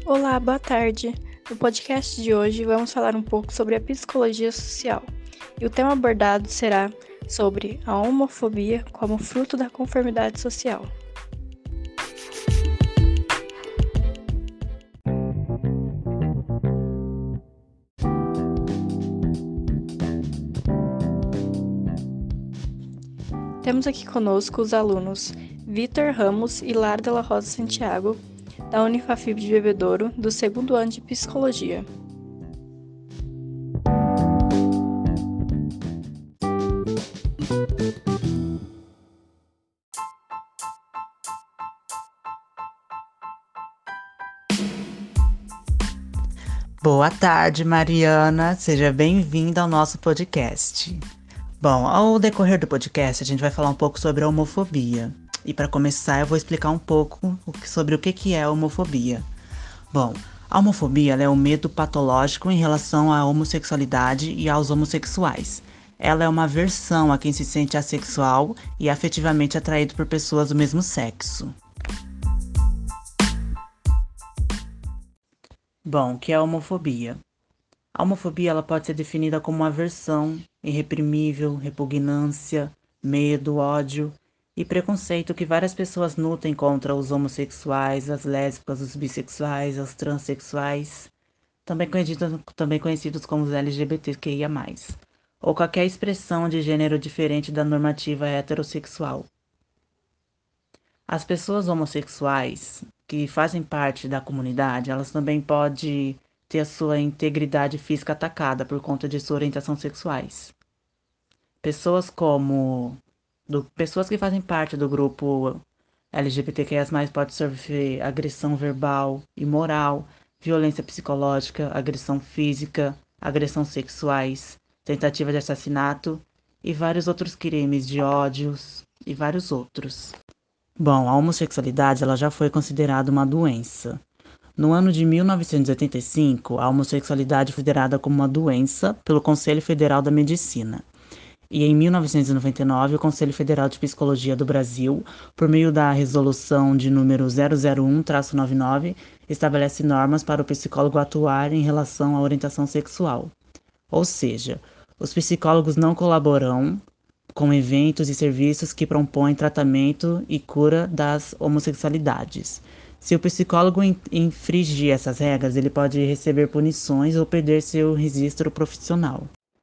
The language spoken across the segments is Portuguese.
Olá, boa tarde. No podcast de hoje vamos falar um pouco sobre a psicologia social. E o tema abordado será sobre a homofobia como fruto da conformidade social. Temos aqui conosco os alunos Vitor Ramos e Lara Della Rosa Santiago, da Unifafib de Bebedouro, do segundo ano de Psicologia. Boa tarde, Mariana. Seja bem-vinda ao nosso podcast. Bom, ao decorrer do podcast, a gente vai falar um pouco sobre a homofobia. E para começar, eu vou explicar um pouco sobre o que é a homofobia. Bom, a homofobia ela é um medo patológico em relação à homossexualidade e aos homossexuais. Ela é uma aversão a quem se sente assexual e afetivamente atraído por pessoas do mesmo sexo. Bom, o que é a homofobia? A homofobia ela pode ser definida como uma aversão irreprimível, repugnância, medo, ódio e preconceito que várias pessoas nutrem contra os homossexuais, as lésbicas, os bissexuais, os transexuais, também conhecidos como os LGBTQIA+, ou qualquer expressão de gênero diferente da normativa heterossexual. As pessoas homossexuais que fazem parte da comunidade, elas também podem ter a sua integridade física atacada por conta de sua orientação sexuais. Pessoas que fazem parte do grupo LGBTQIA+, podem sofrer agressão verbal e moral, violência psicológica, agressão física, agressão sexuais, tentativa de assassinato e vários outros crimes de ódios e vários outros. Bom, a homossexualidade ela já foi considerada uma doença. No ano de 1985, a homossexualidade foi considerada como uma doença pelo Conselho Federal da Medicina. E em 1999, o Conselho Federal de Psicologia do Brasil, por meio da resolução de número 001-99, estabelece normas para o psicólogo atuar em relação à orientação sexual. Ou seja, os psicólogos não colaboram com eventos e serviços que propõem tratamento e cura das homossexualidades. Se o psicólogo infringir essas regras, ele pode receber punições ou perder seu registro profissional.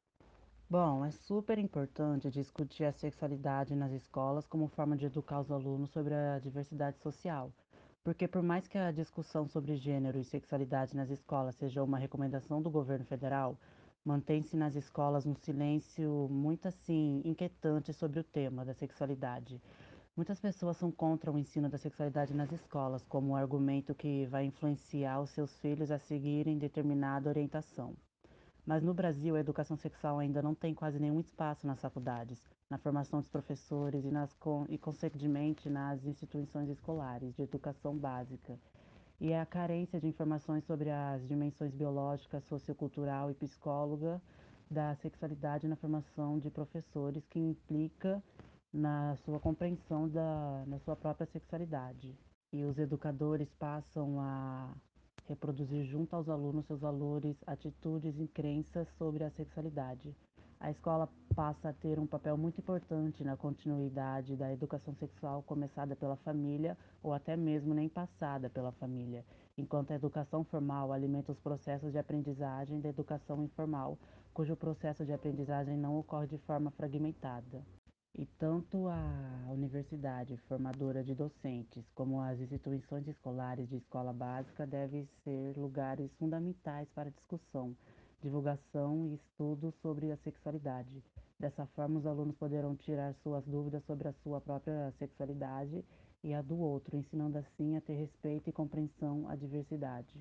Bom, é super importante discutir a sexualidade nas escolas como forma de educar os alunos sobre a diversidade social. Porque por mais que a discussão sobre gênero e sexualidade nas escolas seja uma recomendação do governo federal, mantém-se nas escolas um silêncio muito inquietante sobre o tema da sexualidade. Muitas pessoas são contra o ensino da sexualidade nas escolas, como um argumento que vai influenciar os seus filhos a seguirem determinada orientação. Mas no Brasil, a educação sexual ainda não tem quase nenhum espaço nas faculdades, na formação dos professores e consequentemente, nas instituições escolares de educação básica. E é a carência de informações sobre as dimensões biológica, sociocultural e psicóloga da sexualidade na formação de professores que implica na sua compreensão na sua própria sexualidade. E os educadores passam a reproduzir junto aos alunos seus valores, atitudes e crenças sobre a sexualidade. A escola passa a ter um papel muito importante na continuidade da educação sexual começada pela família ou até mesmo nem passada pela família, enquanto a educação formal alimenta os processos de aprendizagem da educação informal, cujo processo de aprendizagem não ocorre de forma fragmentada. E tanto a universidade formadora de docentes como as instituições escolares de escola básica devem ser lugares fundamentais para discussão, divulgação e estudo sobre a sexualidade. Dessa forma, os alunos poderão tirar suas dúvidas sobre a sua própria sexualidade e a do outro, ensinando assim a ter respeito e compreensão à diversidade.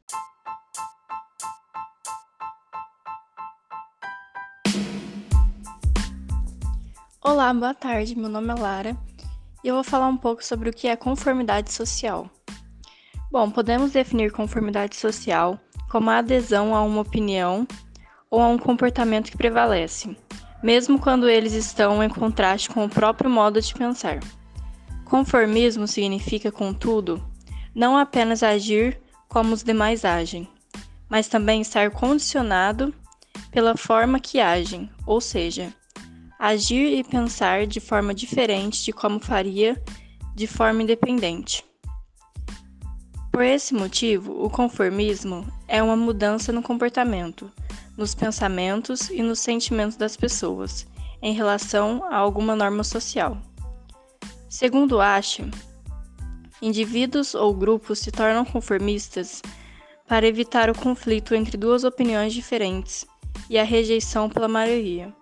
Olá, boa tarde. Meu nome é Lara e eu vou falar um pouco sobre o que é conformidade social. Bom, podemos definir conformidade social como a adesão a uma opinião ou a um comportamento que prevalece, mesmo quando eles estão em contraste com o próprio modo de pensar. Conformismo significa, contudo, não apenas agir como os demais agem, mas também estar condicionado pela forma que agem, ou seja, agir e pensar de forma diferente de como faria de forma independente. Por esse motivo, o conformismo é uma mudança no comportamento, nos pensamentos e nos sentimentos das pessoas em relação a alguma norma social. Segundo Acha, indivíduos ou grupos se tornam conformistas para evitar o conflito entre duas opiniões diferentes e a rejeição pela maioria.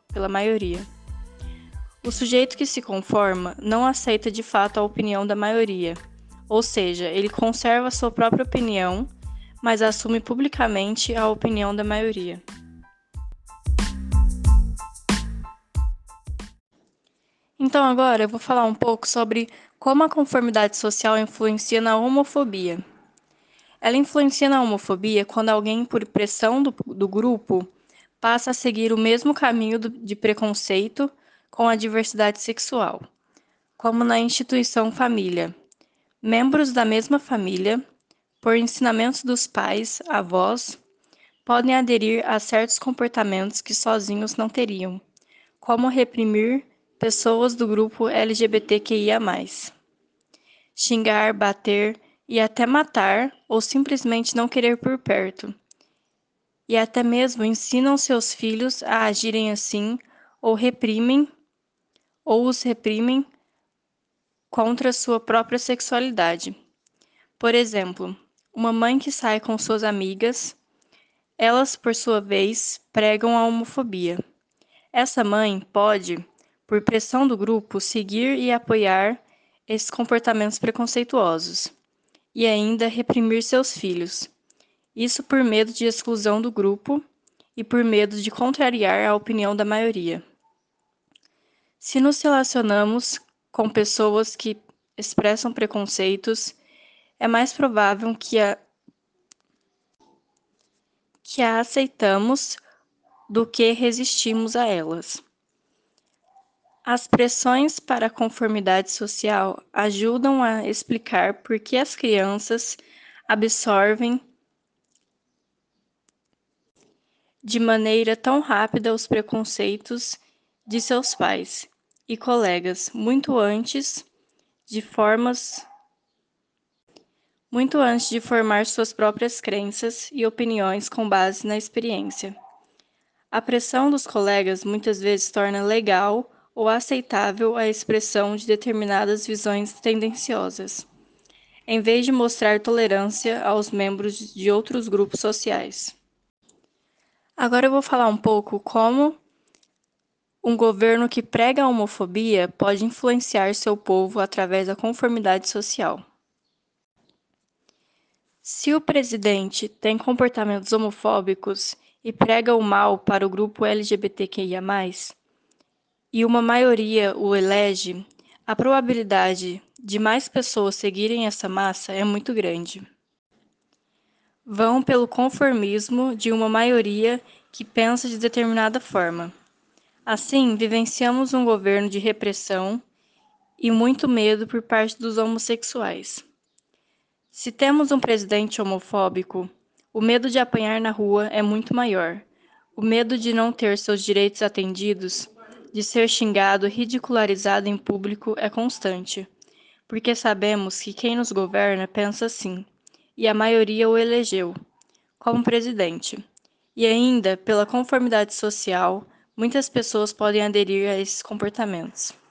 O sujeito que se conforma não aceita de fato a opinião da maioria, ou seja, ele conserva sua própria opinião, mas assume publicamente a opinião da maioria. Então agora eu vou falar um pouco sobre como a conformidade social influencia na homofobia. Ela influencia na homofobia quando alguém, por pressão do grupo, passa a seguir o mesmo caminho de preconceito com a diversidade sexual, como na instituição família. Membros da mesma família, por ensinamentos dos pais, avós, podem aderir a certos comportamentos que sozinhos não teriam, como reprimir pessoas do grupo LGBTQIA+, xingar, bater e até matar ou simplesmente não querer por perto. E até mesmo ensinam seus filhos a agirem assim ou os reprimem contra sua própria sexualidade. Por exemplo, uma mãe que sai com suas amigas, elas, por sua vez, pregam a homofobia. Essa mãe pode, por pressão do grupo, seguir e apoiar esses comportamentos preconceituosos e ainda reprimir seus filhos. Isso por medo de exclusão do grupo e por medo de contrariar a opinião da maioria. Se nos relacionamos com pessoas que expressam preconceitos, é mais provável que a aceitamos do que resistimos a elas. As pressões para a conformidade social ajudam a explicar por que as crianças absorvem de maneira tão rápida os preconceitos de seus pais e colegas muito antes de formar suas próprias crenças e opiniões com base na experiência. A pressão dos colegas muitas vezes torna legal ou aceitável a expressão de determinadas visões tendenciosas, em vez de mostrar tolerância aos membros de outros grupos sociais. Agora eu vou falar um pouco como um governo que prega a homofobia pode influenciar seu povo através da conformidade social. Se o presidente tem comportamentos homofóbicos e prega o mal para o grupo LGBTQIA+, e uma maioria o elege, a probabilidade de mais pessoas seguirem essa massa é muito grande. Vão pelo conformismo de uma maioria que pensa de determinada forma. Assim, vivenciamos um governo de repressão e muito medo por parte dos homossexuais. Se temos um presidente homofóbico, o medo de apanhar na rua é muito maior. O medo de não ter seus direitos atendidos, de ser xingado e ridicularizado em público é constante, porque sabemos que quem nos governa pensa assim, e a maioria o elegeu como presidente. E ainda, pela conformidade social, muitas pessoas podem aderir a esses comportamentos.